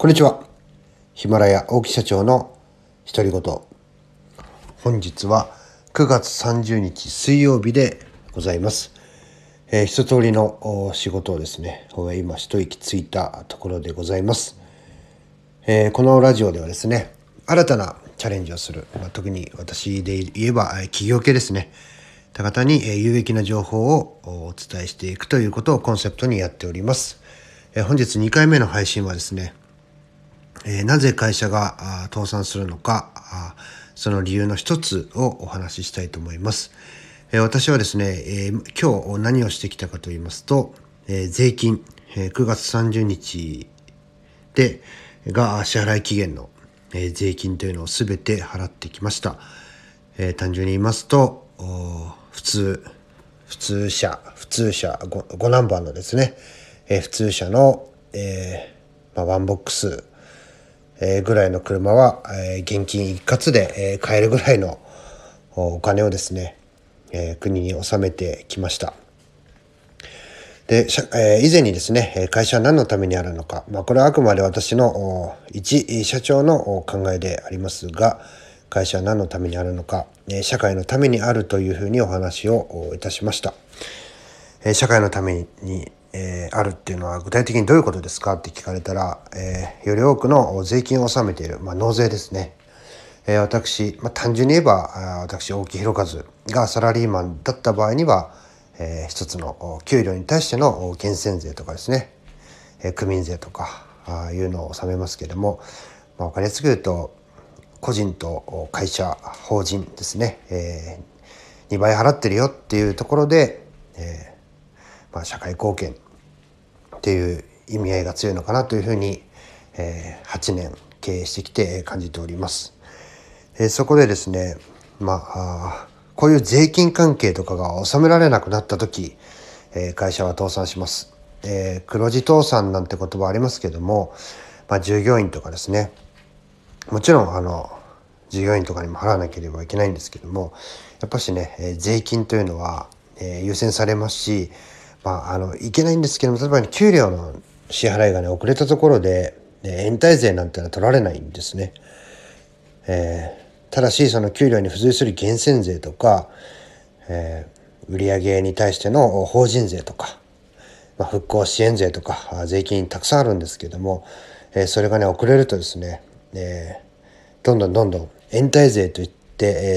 こんにちは。ヒマラヤ大木社長の独り言。本日は9月30日水曜日でございます。一通りの仕事をですね、今一息ついたところでございます。このラジオではですね、新たなチャレンジをする、特に私で言えば企業系ですね、他方に有益な情報をお伝えしていくということをコンセプトにやっております。本日2回目の配信はですね、なぜ会社が倒産するのか、その理由の一つをお話ししたいと思います。私はですね、今日何をしてきたかと言いますと、税金、9月30日が支払い期限の、税金というのをすべて払ってきました。単純に言いますと、普通車5ナンバーのですね、普通車の、ワンボックスぐらいの車は、現金一括で、買えるぐらいのお金をですね、国に納めてきました。で、以前にですね、会社は何のためにあるのか、これはあくまで私の一社長の考えでありますが、会社は何のためにあるのか、社会のためにあるというふうにお話をいたしました。社会のためにあるっていうのは具体的にどういうことですかって聞かれたら、より多くの税金を納めている、納税ですね。私、単純に言えば私大木弘和がサラリーマンだった場合には、一つの給料に対しての源泉税とかですね、区民税とかいうのを納めますけれども、分かりやすく言うと個人と会社法人ですね、2倍払ってるよっていうところで、社会貢献っていう意味合いが強いのかなというふうに、8年経営してきて感じております。そこでですね、こういう税金関係とかが納められなくなった時、会社は倒産します。黒字倒産なんて言葉ありますけども、従業員とかですね、もちろん従業員とかにも払わなければいけないんですけども、やっぱしね、税金というのは、優先されますし、いけないんですけども、例えば給料の支払いがね遅れたところで、延滞税なんてのは取られないんですね。ただしその給料に付随する源泉税とか、売上に対しての法人税とか、復興支援税とか税金たくさんあるんですけども、それがね遅れるとですね、どんどん延滞税といって、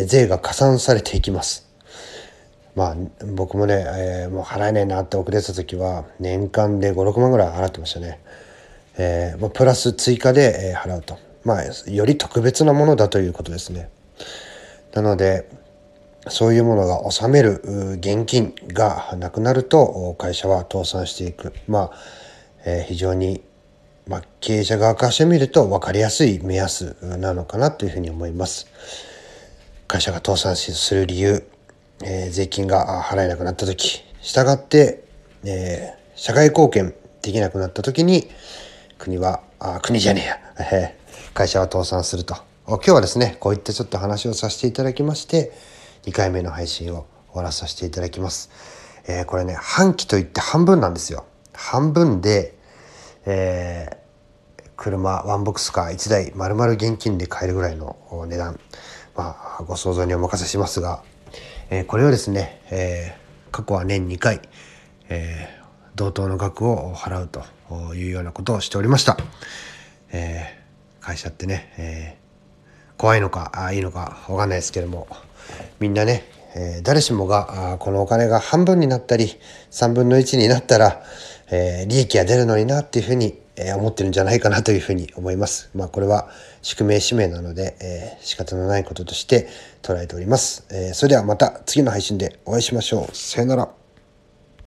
税が加算されていきます。僕もね、もう払えないなって遅れた時は年間で5、6万ぐらい払ってましたね。プラス追加で、払うと、より特別なものだということですね。なのでそういうものが納める現金がなくなると会社は倒産していく。非常に、経営者側からしてみると分かりやすい目安なのかなというふうに思います。会社が倒産する理由、税金が払えなくなった時、したがって、社会貢献できなくなった時に会社は倒産すると。今日はですね、こういったちょっと話をさせていただきまして、2回目の配信を終わらさせていただきます。これね、半期といって半分なんですよ。半分で、車ワンボックスカー1台丸々現金で買えるぐらいの値段、ご想像にお任せしますが、これをですね、過去は年2回、同等の額を払うというようなことをしておりました。会社ってね、怖いのかいいのか分かんないですけども、みんなね、誰しもがこのお金が半分になったり3分の1になったら、利益が出るのになっていうふうに思ってるんじゃないかなというふうに思います。これは宿命使命なので、仕方のないこととして捉えております。それではまた次の配信でお会いしましょう。さよなら。